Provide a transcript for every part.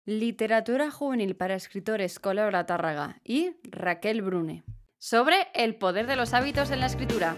Literatura juvenil para escritores con Laura Tárraga y Raquel Brune. Sobre el poder de los hábitos en la escritura.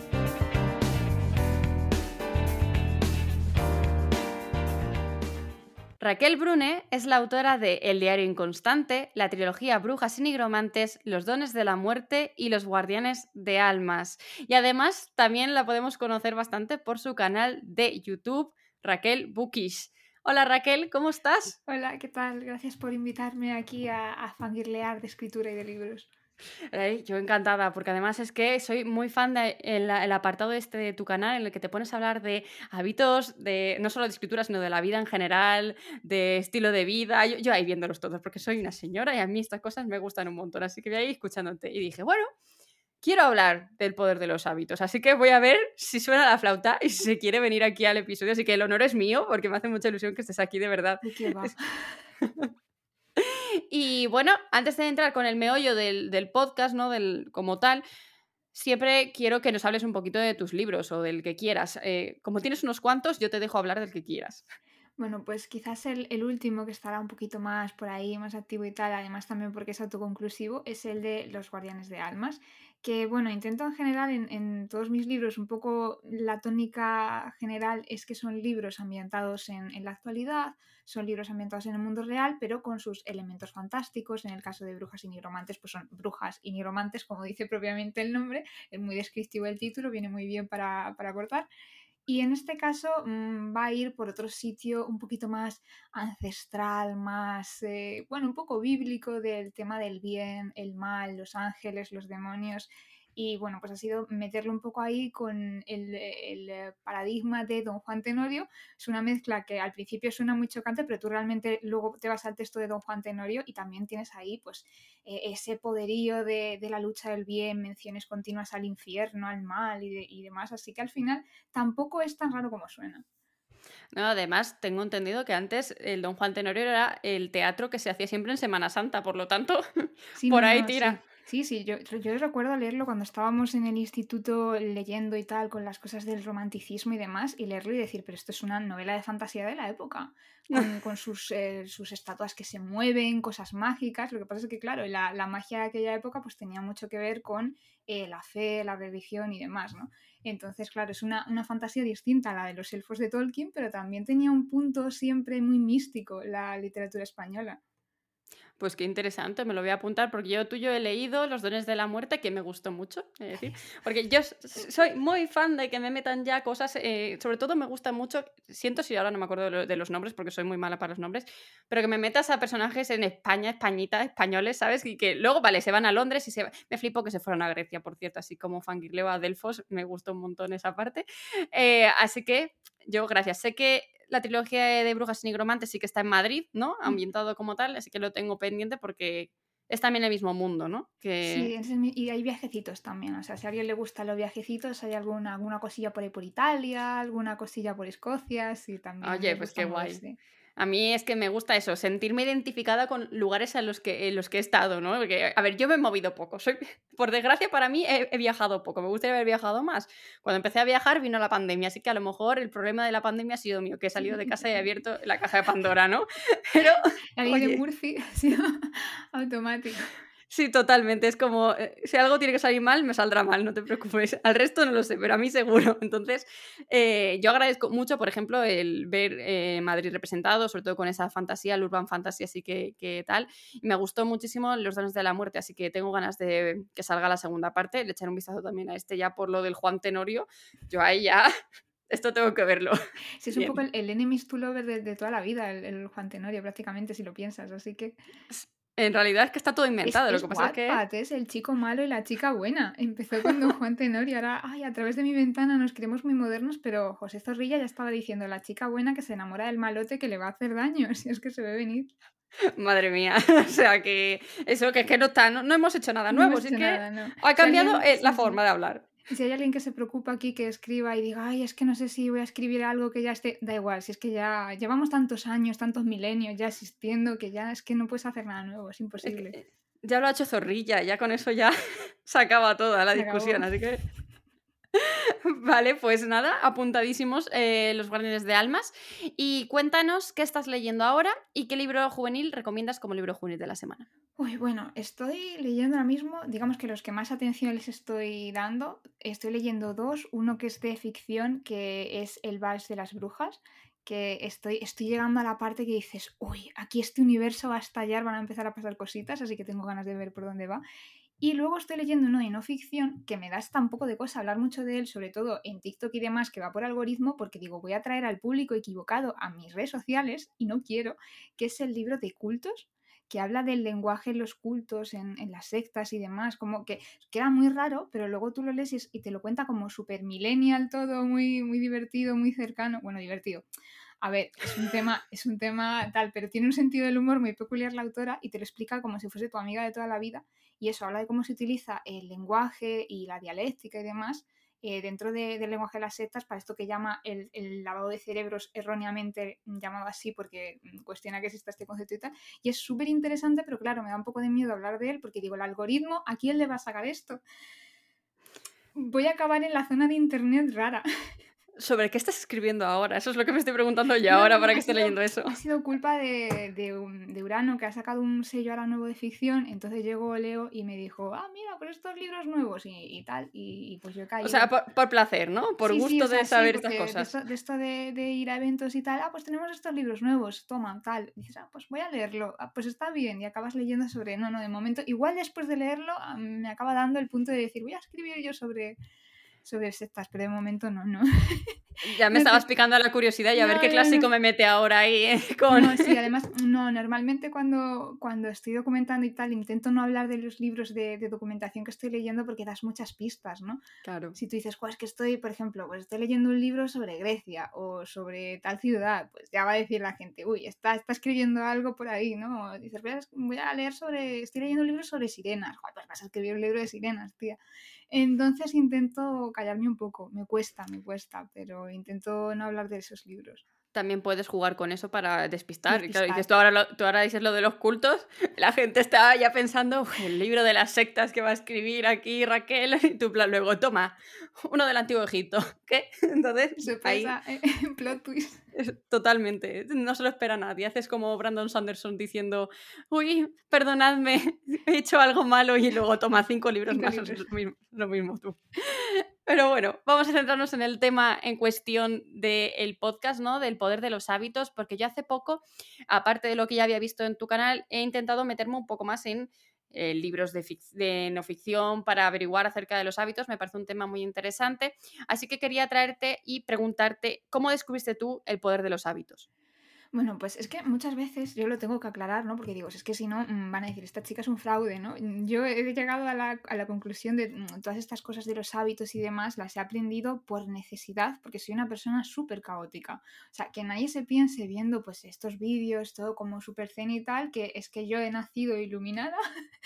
Raquel Brune es la autora de El diario inconstante, la trilogía Brujas y nigromantes, Los dones de la muerte y Los guardianes de almas. Y además también la podemos conocer bastante por su canal de YouTube, Raquel Bookish. Hola Raquel, ¿cómo estás? Hola, ¿qué tal? Gracias por invitarme aquí a fangirlear de escritura y de libros. Yo encantada, porque además es que soy muy fan de el apartado este de tu canal en el que te pones a hablar de hábitos, de no solo de escritura, sino de la vida en general, de estilo de vida. Yo ahí viéndolos todos, porque soy una señora y a mí estas cosas me gustan un montón. Así que voy ahí escuchándote y dije, bueno, quiero hablar del poder de los hábitos. Así que voy a ver si suena la flauta y si se quiere venir aquí al episodio. Así que el honor es mío, porque me hace mucha ilusión que estés aquí de verdad. ¿De qué va? Y bueno, antes de entrar con el meollo del podcast, ¿no? Como tal, siempre quiero que nos hables un poquito de tus libros o del que quieras. Como tienes unos cuantos, yo te dejo hablar del que quieras. Bueno, pues quizás el último que estará un poquito más por ahí, más activo y tal, además también porque es autoconclusivo, es el de Los guardianes de almas, que bueno, intento en general en todos mis libros, un poco la tónica general es que son libros ambientados en la actualidad, son libros ambientados en el mundo real, pero con sus elementos fantásticos. En el caso de Brujas y nigromantes, pues son brujas y nigromantes, como dice propiamente el nombre, es muy descriptivo el título, viene muy bien para abordar. Y en este caso va a ir por otro sitio un poquito más ancestral, más, bueno, un poco bíblico del tema del bien, el mal, los ángeles, los demonios. Y bueno, pues ha sido meterlo un poco ahí con el paradigma de Don Juan Tenorio. Es una mezcla que al principio suena muy chocante, pero tú realmente luego te vas al texto de Don Juan Tenorio y también tienes ahí pues ese poderío de la lucha del bien, menciones continuas al infierno, al mal y demás. Así que al final tampoco es tan raro como suena. No, además, tengo entendido que antes el Don Juan Tenorio era el teatro que se hacía siempre en Semana Santa, por lo tanto, Sí, por no, ahí no, tira. sí. Sí, sí, yo recuerdo leerlo cuando estábamos en el instituto leyendo y tal, con las cosas del romanticismo y demás, y leerlo y decir, pero esto es una novela de fantasía de la época, con sus estatuas que se mueven, cosas mágicas. Lo que pasa es que, claro, la magia de aquella época pues tenía mucho que ver con la fe, la religión y demás, ¿no? Entonces, claro, es una fantasía distinta a la de los elfos de Tolkien, pero también tenía un punto siempre muy místico la literatura española. Pues qué interesante, me lo voy a apuntar porque yo tuyo he leído Los dones de la muerte, que me gustó mucho, es decir, porque yo soy muy fan de que me metan ya cosas, sobre todo me gusta mucho, siento si ahora no me acuerdo de los nombres porque soy muy mala para los nombres, pero que me metas a personajes en España, españitas, españoles, ¿sabes? Y que luego, vale, se van a Londres y me flipo que se fueron a Grecia, por cierto, así como fangirleo a Delfos, me gustó un montón esa parte. Así que yo, gracias. Sé que la trilogía de Brujas y Nigromantes sí que está en Madrid, ¿no? Ambientado como tal, así que lo tengo pendiente porque es también el mismo mundo, ¿no? Sí, Que, y hay viajecitos también, o sea, si a alguien le gustan los viajecitos, hay alguna cosilla por ahí por Italia, alguna cosilla por Escocia, si también oye, les pues gusta qué guay. moverse. A mí es que me gusta eso, sentirme identificada con lugares en los que he estado, ¿no? Porque, a ver, yo me he movido poco. Por desgracia, para mí he viajado poco. Me gustaría haber viajado más. Cuando empecé a viajar vino la pandemia, así que a lo mejor el problema de la pandemia ha sido mío, que he salido de casa y he abierto la caja de Pandora, ¿no? Pero, La ley de oye, Murphy ha sido automático. sí, totalmente. Es como, si algo tiene que salir mal, me saldrá mal, no te preocupes. Al resto no lo sé, pero a mí seguro. Entonces, yo agradezco mucho, por ejemplo, el ver Madrid representado, sobre todo con esa fantasía, el urban fantasy, así que tal. Y me gustó muchísimo Los dones de la muerte, así que tengo ganas de que salga la segunda parte. Le echaré un vistazo también a este ya por lo del Juan Tenorio. Yo ahí ya, esto tengo que verlo. Sí, es un poco Bien. el enemies to lover de toda la vida, el Juan Tenorio, prácticamente, si lo piensas, así que En realidad es que está todo inventado, lo es que pasa es que Wattpad, es el chico malo y la chica buena. Empezó con Don Juan Tenorio, ahora, ay, a través de mi ventana nos creemos muy modernos, pero José Zorrilla ya estaba diciendo, la chica buena que se enamora del malote que le va a hacer daño, si es que se ve venir. madre mía, o sea que eso, que es que no está, no hemos hecho nada No nuevo, hemos así hecho que nada, no. ha Si cambiado alguien, la sí, forma sí. de hablar. Y si hay alguien que se preocupa aquí, que escriba y diga, ay, es que no sé si voy a escribir algo que ya esté, da igual, si es que ya llevamos tantos años, tantos milenios ya existiendo, que ya es que no puedes hacer nada nuevo, es Es que imposible. ya lo ha hecho Zorrilla, ya con eso ya se acaba toda la Se acabó. discusión, así que Vale, pues nada, apuntadísimos Los Guardianes de Almas. Y cuéntanos qué estás leyendo ahora y qué libro juvenil recomiendas como libro juvenil de la semana. Uy, bueno, estoy leyendo ahora mismo, digamos que los que más atención les estoy dando, estoy leyendo dos, uno que es de ficción, que es El Vals de las Brujas, que estoy llegando a la parte que dices, uy, aquí este universo va a estallar, van a empezar a pasar cositas, así que tengo ganas de ver por dónde va. Y luego estoy leyendo uno de no ficción, que me da hasta un poco de cosa hablar mucho de él, sobre todo en TikTok y demás, que va por algoritmo, porque digo, voy a traer al público equivocado a mis redes sociales, y no quiero, que es el libro de cultos, que habla del lenguaje en los cultos, en las sectas y demás, como que queda muy raro, pero luego tú lo lees y te lo cuenta como super millennial todo, muy, muy divertido, muy cercano, bueno, divertido. A ver, es un tema tal, pero tiene un sentido del humor muy peculiar la autora y te lo explica como si fuese tu amiga de toda la vida. Y eso habla de cómo se utiliza el lenguaje y la dialéctica y demás dentro del lenguaje de las sectas para esto que llama el lavado de cerebros erróneamente llamado así porque cuestiona que exista este concepto y tal. Y es súper interesante, pero claro, me da un poco de miedo hablar de él porque digo, el algoritmo, ¿a quién le va a sacar esto? Voy a acabar en la zona de internet rara. ¿Sobre qué estás escribiendo ahora? Eso es lo que me estoy preguntando yo No, ahora no, para que esté leyendo eso. ha sido culpa de Urano, que ha sacado un sello ahora nuevo de ficción. Entonces llegó Leo y me dijo, ah, mira, por estos libros nuevos y tal. Y pues yo he O sea, caído. por placer, ¿no? Por Sí, sí, o gusto de sea, sí, saber estas porque cosas. de esto de ir a eventos y tal, ah, pues tenemos estos libros nuevos, toma, tal. Y dices, ah, pues voy a leerlo, ah, pues está bien. Y acabas leyendo sobre, no, no, de momento, igual después de leerlo me acaba dando el punto de decir, voy a escribir yo sobre sectas, pero de momento no, no. Ya me No estabas te, picando la curiosidad y a ver no, qué no, clásico no. me mete ahora ahí con... No, sí, además, no, normalmente cuando estoy documentando y tal, intento no hablar de los libros de documentación que estoy leyendo porque das muchas pistas, ¿no? Claro. Si tú dices, es que estoy, por ejemplo, pues estoy leyendo un libro sobre Grecia o sobre tal ciudad, pues ya va a decir la gente, uy, está escribiendo algo por ahí, ¿no? O dices, voy a leer estoy leyendo un libro sobre sirenas, joder, pues vas a escribir un libro de sirenas, tía. Entonces intento callarme un poco, me cuesta, pero intento no hablar de esos libros. También puedes jugar con eso para despistar. Y claro, dices, Despistar. tú ahora dices lo de los cultos, la gente está ya pensando, "Uf, el libro de las sectas que va a escribir aquí Raquel", y tú en plan luego, toma, uno del Antiguo Egipto. ¿Qué? Entonces, ahí Sorpresa, plot twist. totalmente, no se lo espera nadie. Haces como Brandon Sanderson diciendo, uy, perdonadme, he hecho algo malo y luego toma 5 libros 5 más, libros. lo mismo tú. Pero bueno, vamos a centrarnos en el tema en cuestión del podcast, ¿no? Del poder de los hábitos, porque yo hace poco, aparte de lo que ya había visto en tu canal, he intentado meterme un poco más en libros de no ficción para averiguar acerca de los hábitos. Me parece un tema muy interesante. Así que quería traerte y preguntarte, ¿cómo descubriste tú el poder de los hábitos? Bueno, pues es que muchas veces yo lo tengo que aclarar, ¿no? Porque digo, es que si no, van a decir, esta chica es un fraude, ¿no? Yo he llegado a la conclusión de todas estas cosas de los hábitos y demás, las he aprendido por necesidad, porque soy una persona súper caótica. O sea, que nadie se piense viendo pues estos vídeos, todo como súper zen y tal, que es que yo he nacido iluminada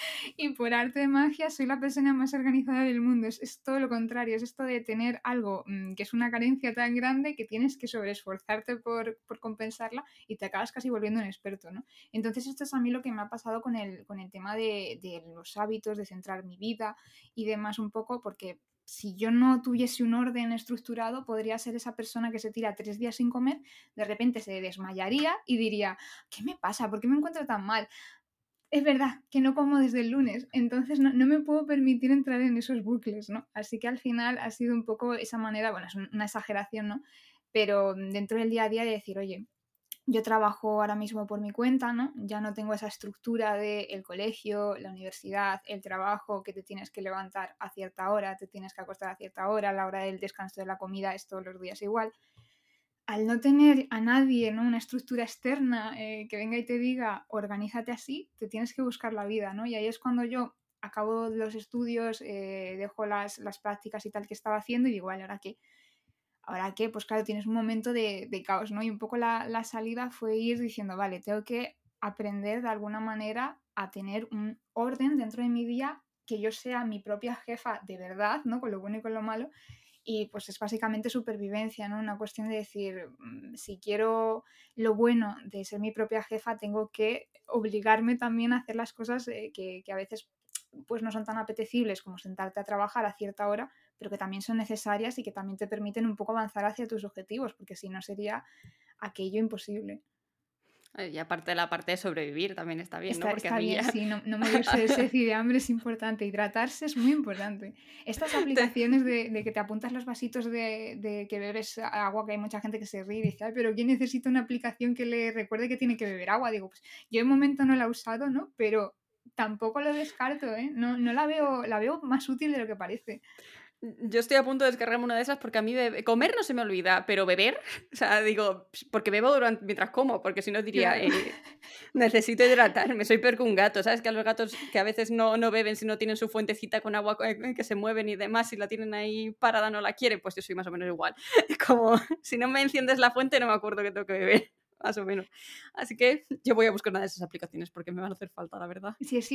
y por arte de magia soy la persona más organizada del mundo. Es todo lo contrario, es esto de tener algo que es una carencia tan grande que tienes que sobreesforzarte por compensarla y te acabas casi volviendo un experto, ¿no? Entonces esto es a mí lo que me ha pasado con el tema de los hábitos, de centrar mi vida y demás un poco, porque si yo no tuviese un orden estructurado, podría ser esa persona que se tira 3 días sin comer, de repente se desmayaría y diría, ¿qué me pasa? ¿Por qué me encuentro tan mal? Es verdad que no como desde el lunes, entonces no me puedo permitir entrar en esos bucles, ¿no? Así que al final ha sido un poco esa manera, bueno, es una exageración, ¿no? Pero dentro del día a día de decir, oye, yo trabajo ahora mismo por mi cuenta, ¿no? Ya no tengo esa estructura de el colegio, la universidad, el trabajo, que te tienes que levantar a cierta hora, te tienes que acostar a cierta hora, la hora del descanso de la comida es todos los días igual. Al no tener a nadie, ¿no? Una estructura externa que venga y te diga, organízate así, te tienes que buscar la vida, ¿no? Y ahí es cuando yo acabo los estudios, dejo las prácticas y tal que estaba haciendo y digo, vale, ¿ahora qué? ¿Ahora qué? Pues claro, tienes un momento de caos, ¿no? Y un poco la salida fue ir diciendo, vale, tengo que aprender de alguna manera a tener un orden dentro de mi día, que yo sea mi propia jefa de verdad, ¿no? Con lo bueno y con lo malo. Y pues es básicamente supervivencia, ¿no? Una cuestión de decir, si quiero lo bueno de ser mi propia jefa, tengo que obligarme también a hacer las cosas que a veces pues no son tan apetecibles como sentarte a trabajar a cierta hora, pero que también son necesarias y que también te permiten un poco avanzar hacia tus objetivos, porque si no sería aquello imposible. Y aparte la parte de sobrevivir también está bien, ¿no? Está, Porque a está mí bien, ya sí, no morirse de sed y de hambre es importante, hidratarse es muy importante. Estas te aplicaciones de que te apuntas los vasitos de que bebes agua, que hay mucha gente que se ríe y dice, ay, pero ¿quién necesita una aplicación que le recuerde que tiene que beber agua? Digo, pues yo de momento no la he usado, ¿no? Pero tampoco lo descarto, ¿eh? No la veo más útil de lo que parece. Yo estoy a punto de descargarme una de esas porque a mí comer no se me olvida, pero beber, o sea, digo, porque bebo mientras como, porque si no diría, Claro. necesito hidratarme, soy peor que un gato, ¿sabes? Que a los gatos que a veces no beben si no tienen su fuentecita con agua que se mueven y demás, si la tienen ahí parada no la quieren, pues yo soy más o menos igual. Como si no me enciendes la fuente no me acuerdo que tengo que beber, más o menos. Así que yo voy a buscar una de esas aplicaciones porque me van a hacer falta, la verdad.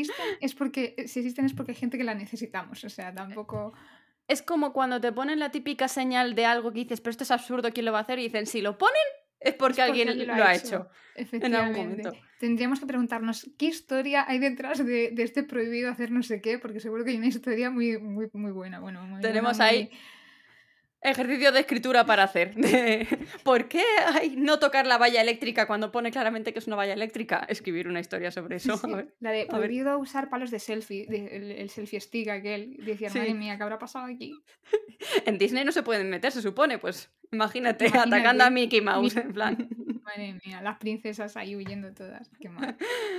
Si existen es porque hay gente que la necesitamos, o sea, tampoco. Es como cuando te ponen la típica señal de algo que dices, pero esto es absurdo, ¿quién lo va a hacer? Y dicen, si lo ponen, es Es porque porque alguien lo alguien ha lo ha hecho, hecho en algún efectivamente. momento. Tendríamos que preguntarnos qué historia hay detrás de este prohibido hacer no sé qué, porque seguro que hay una historia muy buena, bueno, muy buena, Tenemos muy. ahí ejercicio de escritura para hacer. ¿Por qué hay no tocar la valla eléctrica cuando pone claramente que es una valla eléctrica? Escribir una historia sobre eso. A Sí, ver, la de a ver. prohibido usar palos de selfie, el selfie stick aquel. Decían, madre Sí. mía, ¿qué habrá pasado aquí? En Disney no se pueden meter, se supone. Pues imagínate, atacando a Imagínate. Mickey Mouse, Mickey en Mouse, plan. madre mía, las princesas ahí huyendo todas, qué mal.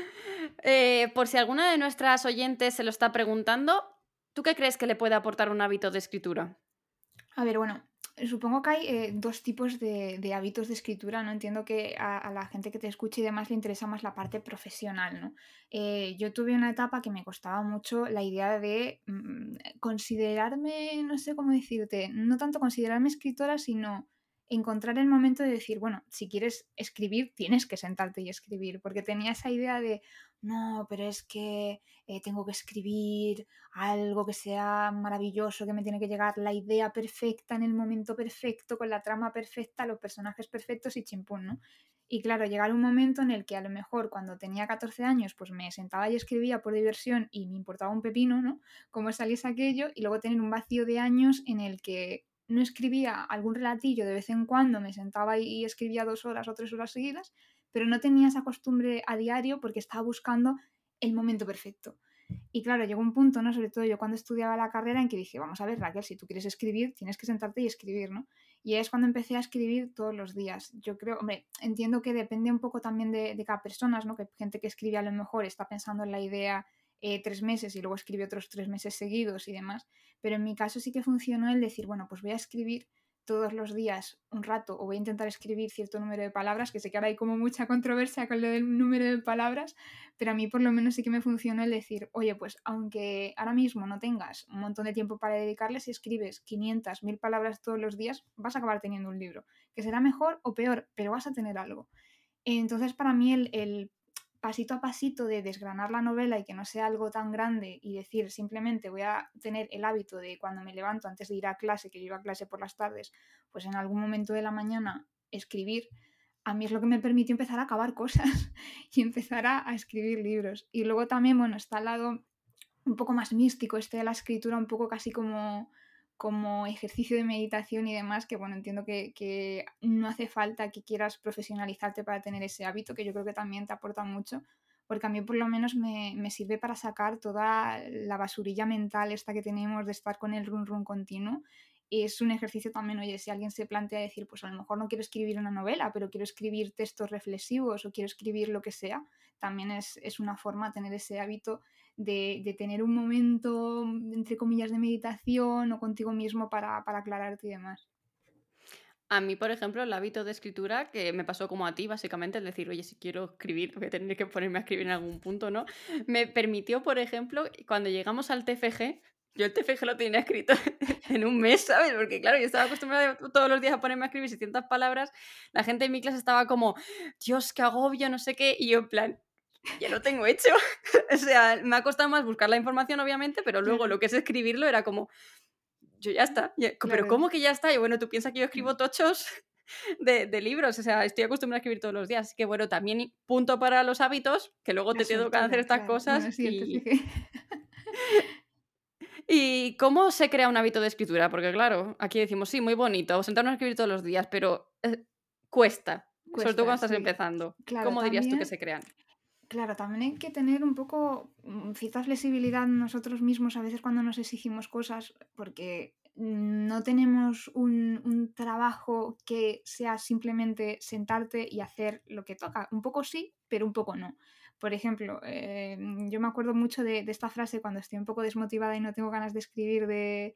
Por si alguna de nuestras oyentes se lo está preguntando, ¿tú qué crees que le puede aportar un hábito de escritura? A ver, bueno, supongo que hay dos tipos de hábitos de escritura, ¿no? Entiendo que a la gente que te escucha y demás le interesa más la parte profesional, ¿no? Yo tuve una etapa que me costaba mucho la idea de considerarme, no sé cómo decirte, no tanto considerarme escritora, sino encontrar el momento de decir, bueno, si quieres escribir, tienes que sentarte y escribir, porque tenía esa idea de, no, pero es que tengo que escribir algo que sea maravilloso, que me tiene que llegar la idea perfecta en el momento perfecto, con la trama perfecta, los personajes perfectos y chimpún, ¿no? Y claro, llegar un momento en el que a lo mejor cuando tenía 14 años, pues me sentaba y escribía por diversión y me importaba un pepino, ¿no? Cómo saliese aquello, y luego tener un vacío de años en el que no escribía algún relatillo de vez en cuando, me sentaba y escribía 2 horas o 3 horas seguidas, pero no tenía esa costumbre a diario porque estaba buscando el momento perfecto. Y claro, llegó un punto, ¿no? Sobre todo yo cuando estudiaba la carrera en que dije, vamos a ver, Raquel, si tú quieres escribir, tienes que sentarte y escribir, ¿no? Y ahí es cuando empecé a escribir todos los días. Yo creo, hombre, entiendo que depende un poco también de cada persona, ¿no? Que gente que escribe a lo mejor está pensando en la idea 3 meses y luego escribe otros 3 meses seguidos y demás. Pero en mi caso sí que funcionó el decir, bueno, pues voy a escribir todos los días un rato o voy a intentar escribir cierto número de palabras, que sé que ahora hay como mucha controversia con lo del número de palabras, pero a mí por lo menos sí que me funciona el decir, oye, pues aunque ahora mismo no tengas un montón de tiempo para dedicarle, si escribes 500, 1000 palabras todos los días, vas a acabar teniendo un libro, que será mejor o peor, pero vas a tener algo. Entonces, para mí, el pasito a pasito de desgranar la novela y que no sea algo tan grande y decir simplemente voy a tener el hábito de cuando me levanto antes de ir a clase, que yo iba a clase por las tardes, pues en algún momento de la mañana escribir, a mí es lo que me permitió empezar a acabar cosas y empezar a escribir libros. Y luego también, bueno, está al lado un poco más místico este de la escritura, un poco casi como ejercicio de meditación y demás, que bueno, entiendo que no hace falta que quieras profesionalizarte para tener ese hábito, que yo creo que también te aporta mucho, porque a mí por lo menos me sirve para sacar toda la basurilla mental esta que tenemos de estar con el run run continuo. Y es un ejercicio también, oye, si alguien se plantea decir, pues a lo mejor no quiero escribir una novela, pero quiero escribir textos reflexivos o quiero escribir lo que sea, también es una forma de tener ese hábito de tener un momento, entre comillas, de meditación o contigo mismo para aclararte y demás. A mí, por ejemplo, el hábito de escritura, que me pasó como a ti, básicamente, es decir, oye, si quiero escribir, voy a tener que ponerme a escribir en algún punto, ¿no? Me permitió, por ejemplo, cuando llegamos al TFG, yo el TFG lo tenía escrito en un mes, ¿sabes? Porque claro, yo estaba acostumbrada todos los días a ponerme a escribir 600 palabras, la gente en mi clase estaba como, Dios, qué agobio, no sé qué, y yo en plan, ya lo tengo hecho. O sea, me ha costado más buscar la información, obviamente, pero luego Claro, lo que es escribirlo era como, yo ya está. Pero claro. ¿cómo que ya está? Y bueno, tú piensas que yo escribo tochos de libros, o sea, estoy acostumbrada a escribir todos los días. Así que bueno, también punto para los hábitos, que luego La te tengo que hacer soltura, estas claro. Bueno, cosas sí, el y, TFG. ¿Y cómo se crea un hábito de escritura? Porque claro, aquí decimos, sí, muy bonito, sentarnos a escribir todos los días, pero cuesta, sobre todo Cuesta, cuando estás sí. empezando. Claro, ¿Cómo dirías tú que también se crean? Claro, también hay que tener un poco cierta flexibilidad nosotros mismos a veces cuando nos exigimos cosas, porque no tenemos un trabajo que sea simplemente sentarte y hacer lo que toca. Un poco sí, pero un poco no. Por ejemplo, yo me acuerdo mucho de esta frase cuando estoy un poco desmotivada y no tengo ganas de escribir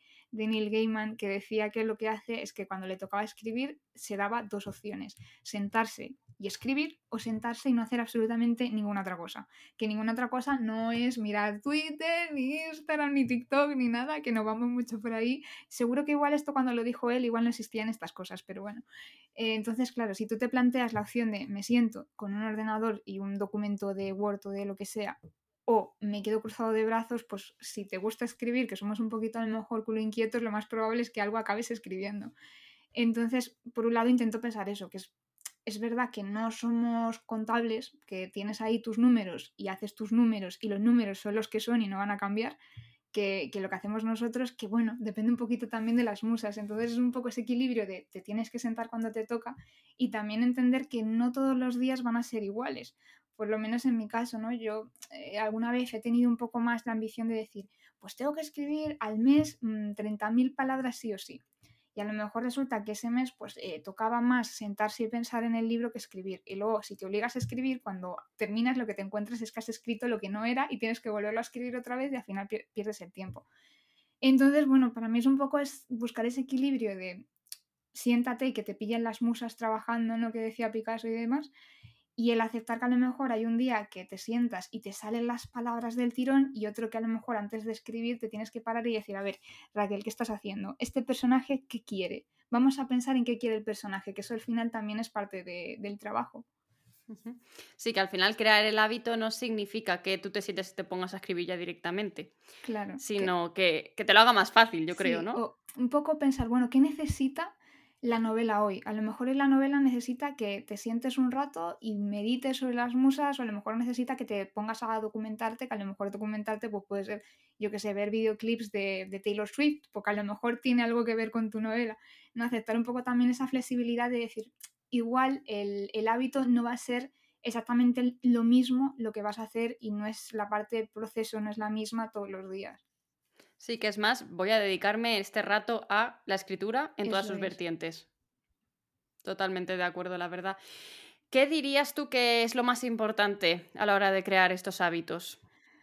de Neil Gaiman, que decía que lo que hace es que cuando le tocaba escribir se daba dos opciones: sentarse y escribir o sentarse y no hacer absolutamente ninguna otra cosa. Que ninguna otra cosa no es mirar Twitter, ni Instagram, ni TikTok, ni nada, que no vamos mucho por ahí. Seguro que igual esto cuando lo dijo él, igual no existían estas cosas, pero bueno. Entonces, claro, si tú te planteas la opción de me siento con un ordenador y un documento de Word o de lo que sea, o me quedo cruzado de brazos, pues si te gusta escribir, que somos un poquito a lo mejor culo inquietos, lo más probable es que algo acabes escribiendo. Entonces, por un lado intento pensar eso, que es verdad que no somos contables, que tienes ahí tus números y haces tus números y los números son los que son y no van a cambiar, que lo que hacemos nosotros, que bueno, depende un poquito también de las musas. Entonces es un poco ese equilibrio de te tienes que sentar cuando te toca y también entender que no todos los días van a ser iguales. Por lo menos en mi caso, ¿no? Yo alguna vez he tenido un poco más la ambición de decir, pues tengo que escribir al mes 30.000 palabras sí o sí. Y a lo mejor resulta que ese mes pues tocaba más sentarse y pensar en el libro que escribir. Y luego, si te obligas a escribir, cuando terminas lo que te encuentras es que has escrito lo que no era y tienes que volverlo a escribir otra vez y al final pierdes el tiempo. Entonces, bueno, para mí es un poco es buscar ese equilibrio de siéntate y que te pillen las musas trabajando, ¿no? Que decía Picasso y demás, y el aceptar que a lo mejor hay un día que te sientas y te salen las palabras del tirón y otro que a lo mejor antes de escribir te tienes que parar y decir, a ver, Raquel, ¿qué estás haciendo? ¿Este personaje qué quiere? Vamos a pensar en qué quiere el personaje, que eso al final también es parte del trabajo. Ujú. Sí, que al final crear el hábito no significa que tú te sientes y te pongas a escribir ya directamente, Claro, que sino que te lo haga más fácil, yo creo, sí, ¿no? o un poco pensar, bueno, ¿qué necesita la novela hoy? A lo mejor en la novela necesita que te sientes un rato y medites sobre las musas, o a lo mejor necesita que te pongas a documentarte, que a lo mejor documentarte pues puede ser, yo que sé, ver videoclips de Taylor Swift, porque a lo mejor tiene algo que ver con tu novela. ¿No? Aceptar un poco también esa flexibilidad de decir, igual el hábito no va a ser exactamente lo mismo lo que vas a hacer y no es la parte del proceso, no es la misma todos los días. Sí, que es más, voy a dedicarme este rato a la escritura en todas Eso sus es. vertientes. Totalmente de acuerdo, la verdad. ¿Qué dirías tú que es lo más importante a la hora de crear estos hábitos?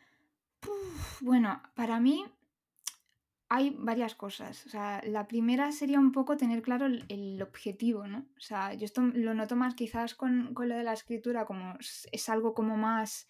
Bueno, para mí hay varias cosas. O sea, la primera sería un poco tener claro el objetivo, ¿no? O sea, yo esto lo noto más quizás con lo de la escritura, como es algo como más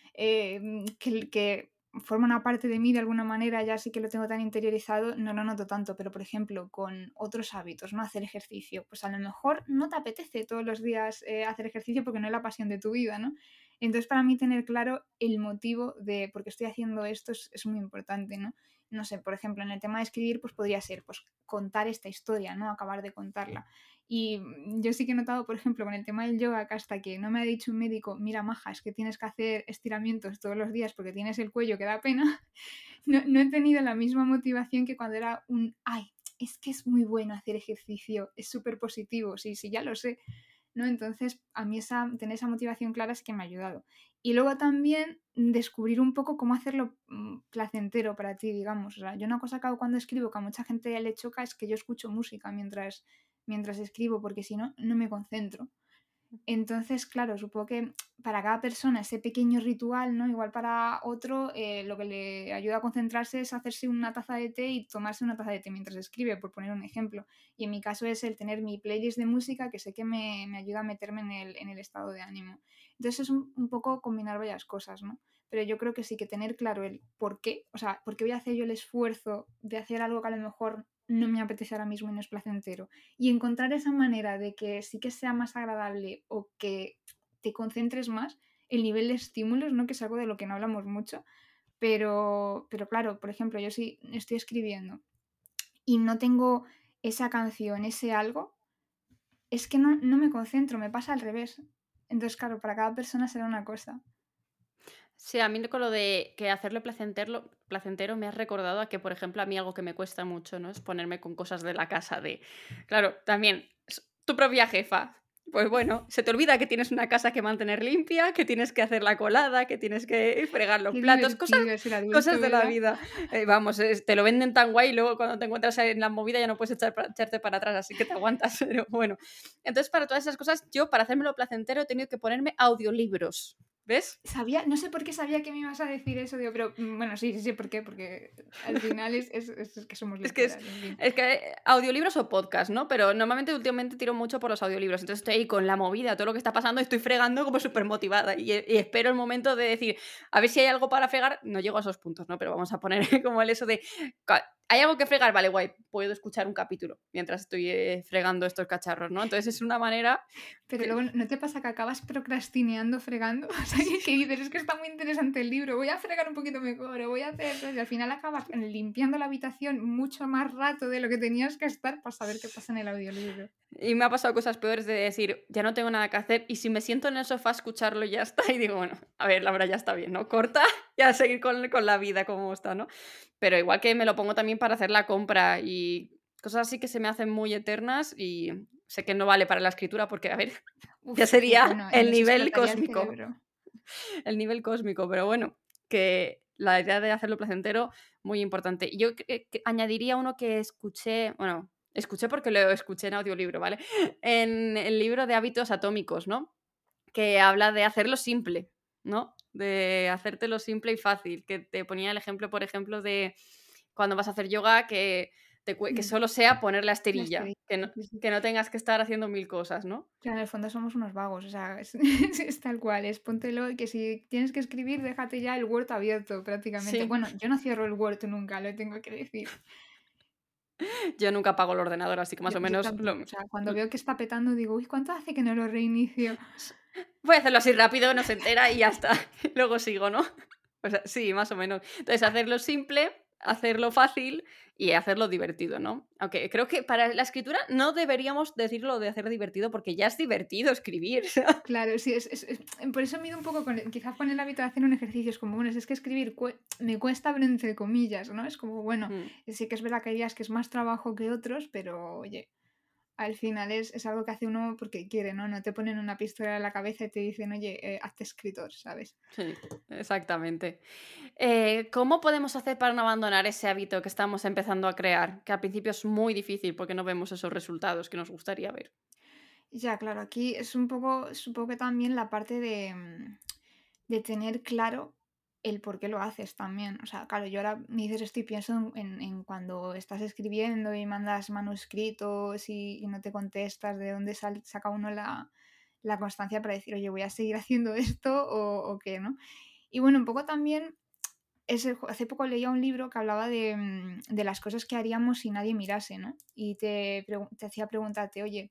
que forma una parte de mí de alguna manera, ya sí que lo tengo tan interiorizado, no lo noto tanto, pero por ejemplo, con otros hábitos, ¿no? Hacer ejercicio, pues a lo mejor no te apetece todos los días hacer ejercicio porque no es la pasión de tu vida, ¿no? Entonces, para mí tener claro el motivo de por qué estoy haciendo esto es muy importante, ¿no? No sé, por ejemplo, en el tema de escribir, pues podría ser, pues contar esta historia, ¿no? Acabar de contarla. Y yo sí que he notado, por ejemplo, con el tema del yoga, que hasta que no me ha dicho un médico, mira, maja, es que tienes que hacer estiramientos todos los días porque tienes el cuello que da pena, no he tenido la misma motivación que cuando era ay, es que es muy bueno hacer ejercicio, es súper positivo, sí, sí, ya lo sé, ¿no? Entonces, a mí tener esa motivación clara es que me ha ayudado. Y luego también descubrir un poco cómo hacerlo placentero para ti, digamos. O sea, yo una cosa que hago cuando escribo que a mucha gente le choca es que yo escucho música mientras escribo, porque si no, no me concentro. Entonces, claro, supongo que para cada persona ese pequeño ritual, ¿no? Igual para otro, lo que le ayuda a concentrarse es hacerse una taza de té y tomarse una taza de té mientras escribe, por poner un ejemplo. Y en mi caso es el tener mi playlist de música que sé que me ayuda a meterme en el estado de ánimo. Entonces es un poco combinar varias cosas, ¿no? Pero yo creo que sí que tener claro el por qué, o sea, por qué voy a hacer yo el esfuerzo de hacer algo que a lo mejor no me apetece ahora mismo y no es placentero y encontrar esa manera de que sí que sea más agradable o que te concentres más, el nivel de estímulos, ¿no? Que es algo de lo que no hablamos mucho, pero claro, por ejemplo, yo sí estoy escribiendo y no tengo esa canción, ese algo, es que no me concentro, me pasa al revés. Entonces, claro, para cada persona será una cosa. Sí, a mí con lo de que hacerlo placentero me has recordado a que, por ejemplo, a mí algo que me cuesta mucho, ¿no? Es ponerme con cosas de la casa de claro, también tu propia jefa. Pues bueno, se te olvida que tienes una casa que mantener limpia, que tienes que hacer la colada, que tienes que fregar los Qué platos, cosas divertido ser adulto, cosas de la ¿verdad? vida. Vamos, te lo venden tan guay y luego cuando te encuentras en la movida ya no puedes echarte para atrás, así que te aguantas, pero bueno. Entonces, para todas esas cosas, yo para hacérmelo placentero he tenido que ponerme audiolibros, ¿ves? Sabía, no sé por qué sabía que me ibas a decir eso, digo, pero bueno, sí, sí, sí, ¿por qué? Porque al final es que somos Es que lectoras, en fin. audiolibros o podcast, ¿no? Pero normalmente últimamente tiro mucho por los audiolibros. Entonces estoy ahí con la movida, todo lo que está pasando, estoy fregando como súper motivada. Y espero el momento de decir, a ver si hay algo para fregar. No llego a esos puntos, ¿no? Pero vamos a poner como el eso de. ¿Hay algo que fregar? Vale, guay. Puedo escuchar un capítulo mientras estoy fregando estos cachorros, ¿no? Entonces es una manera. Pero Que, luego, ¿no te pasa que acabas procrastineando fregando? O sea, que dices, es que está muy interesante el libro, voy a fregar un poquito mejor, o voy a hacer esto", y al final acabas limpiando la habitación mucho más rato de lo que tenías que estar para saber qué pasa en el audiolibro. Y me ha pasado cosas peores de decir, ya no tengo nada que hacer, y si me siento en el sofá a escucharlo y ya está, y digo, bueno, a ver, la verdad ya está bien, ¿no? Corta y a seguir con la vida como está, ¿no? Pero igual que me lo pongo también para hacer la compra y cosas así que se me hacen muy eternas y sé que no vale para la escritura porque, a ver, ya Uf, sería bueno, en el eso nivel explotaría el cósmico, cerebro. el nivel cósmico, pero bueno, que la idea de hacerlo placentero, muy importante. Y yo que añadiría uno que escuché, bueno, escuché porque lo escuché en audiolibro, ¿vale? En el libro de Hábitos Atómicos, ¿no? Que habla de hacerlo simple, ¿no? De hacértelo simple y fácil, que te ponía el ejemplo, por ejemplo, de cuando vas a hacer yoga, que Mm, solo sea poner la la esterilla, estrella, sí, sí. que no tengas que estar haciendo mil cosas, ¿no? Claro, en el fondo somos unos vagos, o sea, es, es tal cual, es póntelo y que si tienes que escribir, déjate ya el Word abierto prácticamente. Sí, Bueno, yo no cierro el Word nunca, lo tengo que decir. yo nunca apago el ordenador, así que más o Yo menos tampoco, o sea, cuando veo que está petando digo: "Uy, ¿cuánto hace que no lo reinicio?". voy a hacerlo así rápido, no se entera y ya está. Luego sigo, ¿no? O sea, sí, más o menos. Entonces, hacerlo simple, hacerlo fácil y hacerlo divertido, ¿no? Aunque creo que para la escritura no deberíamos decirlo de hacer divertido porque ya es divertido escribir. Claro, sí, por eso mido un poco con quizás con el hábito de hacer un ejercicio, es como, bueno, si es que escribir me cuesta, pero entre comillas, ¿no? Es como, bueno, Mm. sí que es verdad que hay días que es más trabajo que otros, pero oye, al final es algo que hace uno porque quiere, ¿no? No te ponen una pistola en la cabeza y te dicen: "Oye, hazte escritor", ¿sabes? Sí, exactamente. ¿Cómo podemos hacer para no abandonar ese hábito que estamos empezando a crear? Que al principio es muy difícil porque no vemos esos resultados que nos gustaría ver. Ya, claro, aquí es un poco, supongo que también la parte de tener claro el por qué lo haces también. O sea, claro, yo ahora me dices esto y pienso en cuando estás escribiendo y mandas manuscritos y no te contestas, de dónde saca uno la constancia para decir, oye, voy a seguir haciendo esto o qué, ¿no? Y bueno, un poco también, hace poco leía un libro que hablaba de las cosas que haríamos si nadie mirase, ¿no? Y te hacía preguntarte, oye,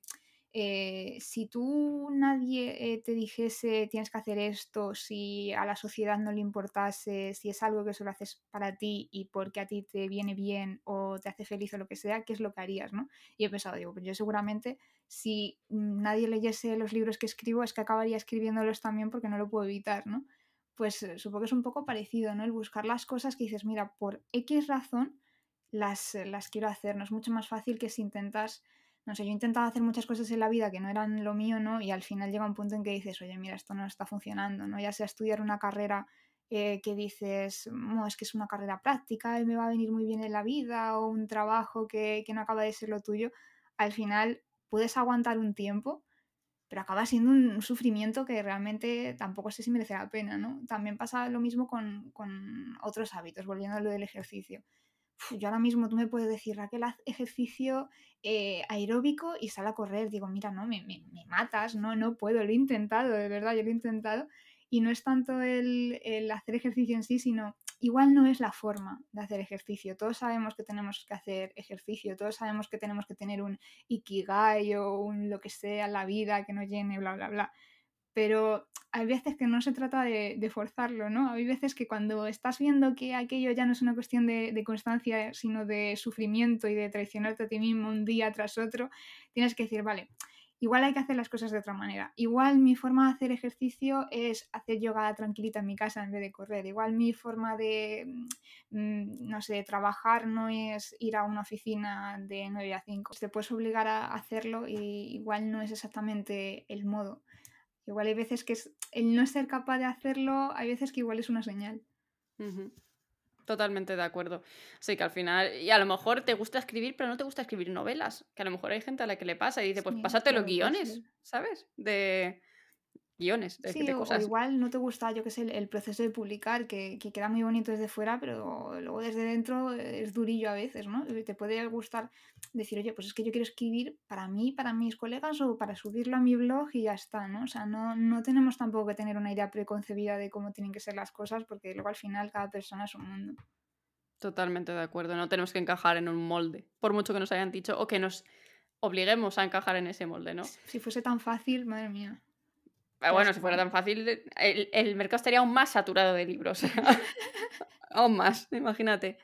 si tú nadie te dijese tienes que hacer esto, si a la sociedad no le importase, si es algo que solo haces para ti y porque a ti te viene bien o te hace feliz o lo que sea, ¿qué es lo que harías, no? Y he pensado, digo, pues yo seguramente si nadie leyese los libros que escribo es que acabaría escribiéndolos también porque no lo puedo evitar, ¿no? Pues supongo que es un poco parecido, ¿no? El buscar las cosas que dices, mira, por X razón las quiero hacer, ¿no? Es mucho más fácil que si intentas, no sé, yo he intentado hacer muchas cosas en la vida que no eran lo mío, ¿no? Y al final llega un punto en que dices, oye, mira, esto no está funcionando, ¿no? Ya sea estudiar una carrera que dices, no, es que es una carrera práctica y me va a venir muy bien en la vida, o un trabajo que no acaba de ser lo tuyo, al final puedes aguantar un tiempo, pero acaba siendo un sufrimiento que realmente tampoco sé si merece la pena, ¿no? También pasa lo mismo con otros hábitos, volviendo a lo del ejercicio. Yo ahora mismo tú me puedes decir, Raquel, haz ejercicio aeróbico y sal a correr. Digo, mira, no, me matas, no, no puedo, lo he intentado, de verdad, yo lo he intentado. Y no es tanto el hacer ejercicio en sí, sino igual no es la forma de hacer ejercicio. Todos sabemos que tenemos que hacer ejercicio, todos sabemos que tenemos que tener un ikigai o un lo que sea en la vida que nos llene, bla, bla, bla. Pero hay veces que no se trata de forzarlo, ¿no? Hay veces que cuando estás viendo que aquello ya no es una cuestión de constancia, sino de sufrimiento y de traicionarte a ti mismo un día tras otro, tienes que decir, vale, igual hay que hacer las cosas de otra manera. Igual mi forma de hacer ejercicio es hacer yoga tranquilita en mi casa en vez de correr. Igual mi forma de, no sé, trabajar no es ir a una oficina de 9 a 5. Te puedes obligar a hacerlo y igual no es exactamente el modo. Igual hay veces que es el no ser capaz de hacerlo, hay veces que igual es una señal. Ujú. Totalmente de acuerdo. Sí, que al final, y a lo mejor te gusta escribir, pero no te gusta escribir novelas, que a lo mejor hay gente a la que le pasa y dice, pues Sí, pásate los claro, puede ser. guiones, ¿sabes? De guiones, Sí, de o cosas. igual no te gusta, yo qué sé, el proceso de publicar, que queda muy bonito desde fuera, pero luego desde dentro es durillo a veces, ¿no? Y te puede gustar decir, oye, pues es que yo quiero escribir para mí, para mis colegas o para subirlo a mi blog y ya está, ¿no? O sea, no tenemos tampoco que tener una idea preconcebida de cómo tienen que ser las cosas, porque luego al final cada persona es un mundo. Totalmente de acuerdo. No tenemos que encajar en un molde, por mucho que nos hayan dicho o que nos obliguemos a encajar en ese molde, ¿no? Si fuese tan fácil, madre mía, Pero qué bueno, si asco, fuera ¿eh? tan fácil, el mercado estaría aún más saturado de libros. Aún más, imagínate.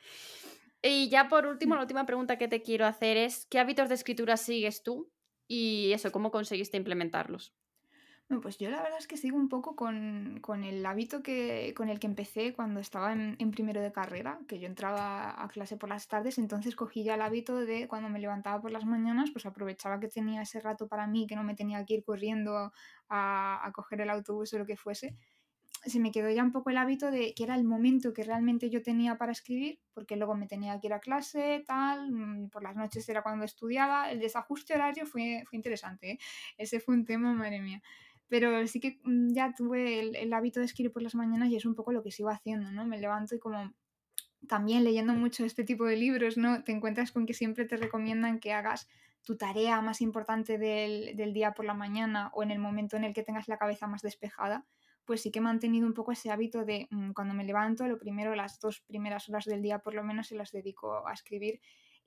Y ya por último, la última pregunta que te quiero hacer es, ¿qué hábitos de escritura sigues tú? Y eso, ¿cómo conseguiste implementarlos? Bueno, pues yo la verdad es que sigo un poco con el hábito con el que empecé cuando estaba en primero de carrera, que yo entraba a clase por las tardes, entonces cogí ya el hábito de cuando me levantaba por las mañanas, pues aprovechaba que tenía ese rato para mí, que no me tenía que ir corriendo a coger el autobús o lo que fuese. Se me quedó ya un poco el hábito de que era el momento que realmente yo tenía para escribir, porque luego me tenía que ir a clase, tal, por las noches era cuando estudiaba. El desajuste horario fue interesante, ¿eh? Ese fue un tema, madre mía. Pero sí que ya tuve el hábito de escribir por las mañanas y es un poco lo que sigo haciendo, ¿no? Me levanto y como también leyendo mucho este tipo de libros, ¿no? Te encuentras con que siempre te recomiendan que hagas tu tarea más importante del día por la mañana o en el momento en el que tengas la cabeza más despejada, pues sí que he mantenido un poco ese hábito de cuando me levanto, lo primero, las 2 primeras horas del día por lo menos se las dedico a escribir.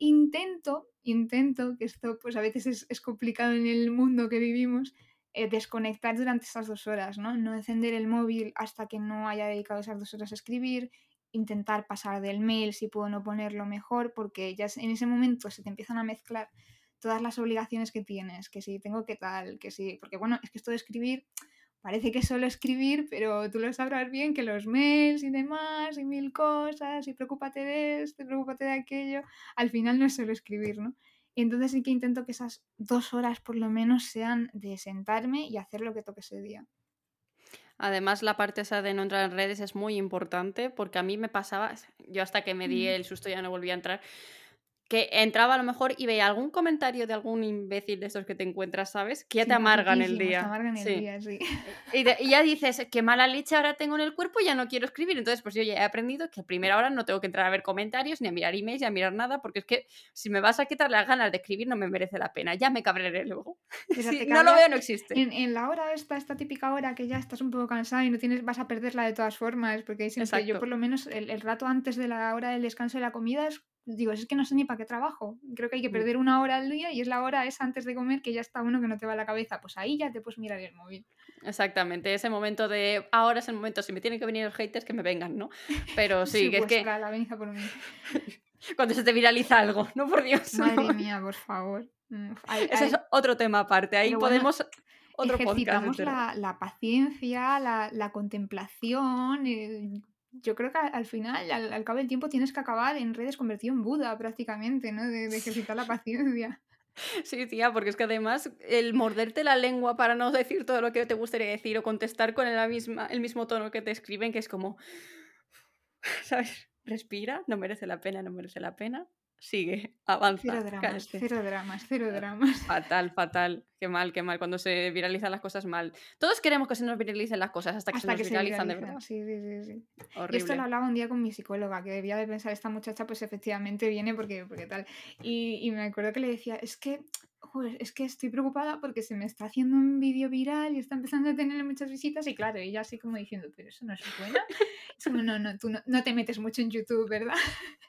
Intento, que esto pues a veces es complicado en el mundo que vivimos, desconectar durante esas 2 horas, ¿no? No encender el móvil hasta que no haya dedicado esas 2 horas a escribir, intentar pasar del mail, si puedo no ponerlo mejor, porque ya en ese momento se te empiezan a mezclar todas las obligaciones que tienes, que si tengo que tal, que si, porque bueno, es que esto de escribir parece que es solo escribir, pero tú lo sabrás bien que los mails y demás y mil cosas y preocúpate de esto, y preocúpate de aquello, al final no es solo escribir, ¿no? Y entonces sí que intento que esas 2 horas por lo menos sean de sentarme y hacer lo que toque ese día. Además, la parte esa de no entrar en redes es muy importante porque a mí me pasaba, yo hasta que me di Mm. el susto ya no volví a entrar, que entraba a lo mejor y veía algún comentario de algún imbécil de estos que te encuentras, ¿sabes? Que ya te amargan el Simpaticísimos, te día. amargan el Sí. día, sí. Y ya dices, qué mala leche ahora tengo en el cuerpo y ya no quiero escribir. Entonces, pues yo ya he aprendido que a primera hora no tengo que entrar a ver comentarios, ni a mirar emails, ni a mirar nada, porque es que si me vas a quitar las ganas de escribir no me merece la pena. Ya me cabreré luego. Pero Si te no lo cabreas veo, no existe. en la hora esta típica hora que ya estás un poco cansado y no tienes, vas a perderla de todas formas, porque hay siempre, yo Exacto. por lo menos el rato antes de la hora del descanso de la comida digo, es que no sé ni para qué trabajo. Creo que hay que Mm. perder 1 hora al día y es la hora esa antes de comer que ya está uno que no te va a la cabeza. Pues ahí ya te puedes mirar el móvil. Exactamente, ese momento de ahora es el momento, si me tienen que venir los haters, que me vengan, ¿no? Pero sí, Sí, que es pues que la venid a por mí. cuando se te viraliza algo, no por Dios, no. Madre mía, por favor. Ese es otro tema aparte, ahí Pero bueno, podemos otro podcast ejercitamos entero. la paciencia, la contemplación. Yo creo que al final, al cabo del tiempo, tienes que acabar en redes convertido en Buda prácticamente, ¿no? De ejercitar la paciencia. Sí, tía, porque es que además el morderte la lengua para no decir todo lo que te gustaría decir o contestar con el mismo tono que te escriben, que es como, ¿sabes? Respira, no merece la pena, no merece la pena. Sigue, avanza, cállate. Cero dramas, cero dramas. Fatal, fatal. Qué mal. Cuando se viralizan las cosas mal. Todos queremos que se nos viralicen las cosas hasta que se Hasta nos que se viralizan de viralizan. verdad. Sí, sí, sí, sí. Y esto lo Horrible. hablaba un día con mi psicóloga, que debía de pensar, esta muchacha pues efectivamente viene porque tal. Y me acuerdo que le decía, es que, joder, es que estoy preocupada porque se me está haciendo un vídeo viral y está empezando a tener muchas visitas. Y claro, ella así como diciendo, pero eso no es bueno. Es como, no, tú no te metes mucho en YouTube, ¿verdad?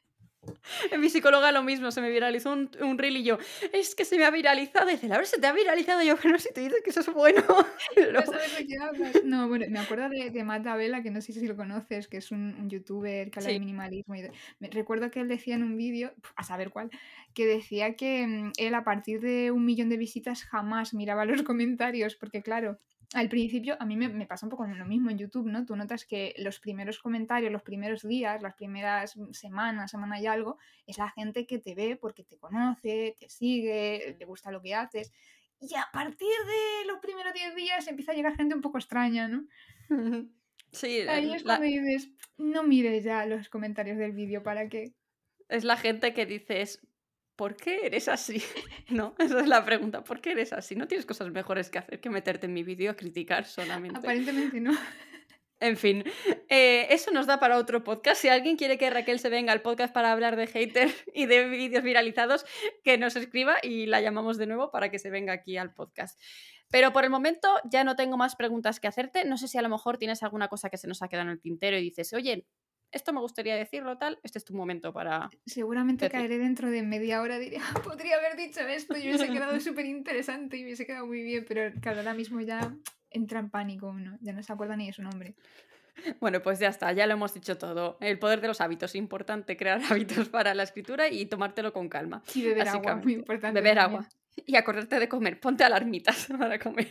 En mi psicóloga lo mismo, se me viralizó un reel y yo, es que se me ha viralizado. Y dice, Laura, se te ha viralizado. Y yo, pero si tú dices que eso es bueno. No Pero sabes de qué hablas. No, bueno, me acuerdo de Matt D'Avella, que no sé si lo conoces, que es un youtuber que habla de sí. minimalismo recuerdo que él decía en un vídeo, a saber cuál, que decía que, él a partir de 1.000.000 de visitas jamás miraba los comentarios, porque claro, al principio a mí me pasa un poco lo mismo en YouTube, ¿no? Tú notas que los primeros comentarios, los primeros días, las primeras semanas, semana y algo, es la gente que te ve porque te conoce, te sigue, le gusta lo que haces. Y a partir de los primeros 10 días empieza a llegar gente un poco extraña, ¿no? Ujú. Sí, Ahí es cuando dices, no mires ya los comentarios del vídeo, ¿para qué? es la gente que dices, ¿por qué eres así? ¿No? Esa es la pregunta, ¿por qué eres así? ¿No tienes cosas mejores que hacer que meterte en mi vídeo a criticar solamente? Aparentemente no. En fin, eso nos da para otro podcast. Si alguien quiere que Raquel se venga al podcast para hablar de hater y de vídeos viralizados, que nos escriba y la llamamos de nuevo para que se venga aquí al podcast. Pero por el momento ya no tengo más preguntas que hacerte. No sé si a lo mejor tienes alguna cosa que se nos ha quedado en el tintero y dices, oye, esto me gustaría decirlo tal, este es tu momento para Seguramente decir. caeré dentro de media hora, diré, "Ah, podría haber dicho esto y hubiese quedado súper interesante y hubiese quedado muy bien", pero claro, ahora mismo ya entra en pánico uno, ya no se acuerda ni de su nombre. Bueno, pues ya está, ya lo hemos dicho todo. El poder de los hábitos, importante crear hábitos para la escritura y tomártelo con calma, Y beber agua, muy básicamente. importante Beber también. agua y acordarte de comer, ponte alarmitas para comer.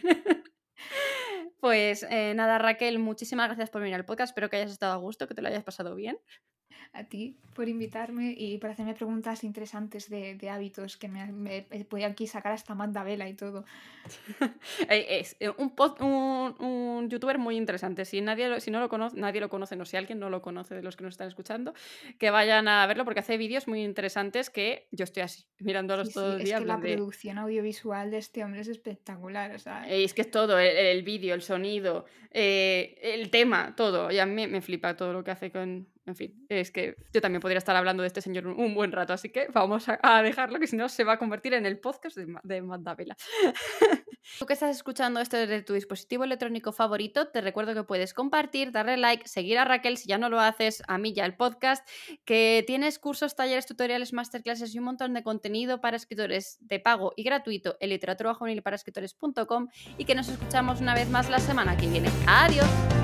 Pues nada, Raquel, muchísimas gracias por venir al podcast, espero que hayas estado a gusto, que te lo hayas pasado bien. A ti por invitarme y por hacerme preguntas interesantes de hábitos que me podía aquí sacar hasta Magda y todo. Es un youtuber muy interesante. Si no lo conoce, nadie lo conoce, no, si alguien no lo conoce de los que nos están escuchando, que vayan a verlo porque hace vídeos muy interesantes que yo estoy así, Sí, mirándolos sí, todo el es día, que en la plan de. producción audiovisual de este hombre es espectacular, o sea, Es que es todo, el vídeo, el sonido, el tema, todo. Y a mí me flipa todo lo que hace con. En fin, es que yo también podría estar hablando de este señor un buen rato, así que vamos a dejarlo, que si no se va a convertir en el podcast de Mandavela. Tú que estás escuchando esto desde tu dispositivo electrónico favorito, te recuerdo que puedes compartir, darle like, seguir a Raquel si ya no lo haces, a mí ya el podcast, que tienes cursos, talleres, tutoriales, masterclasses y un montón de contenido para escritores de pago y gratuito en literaturajunileparaescritores.com y que nos escuchamos una vez más la semana que viene. ¡Adiós!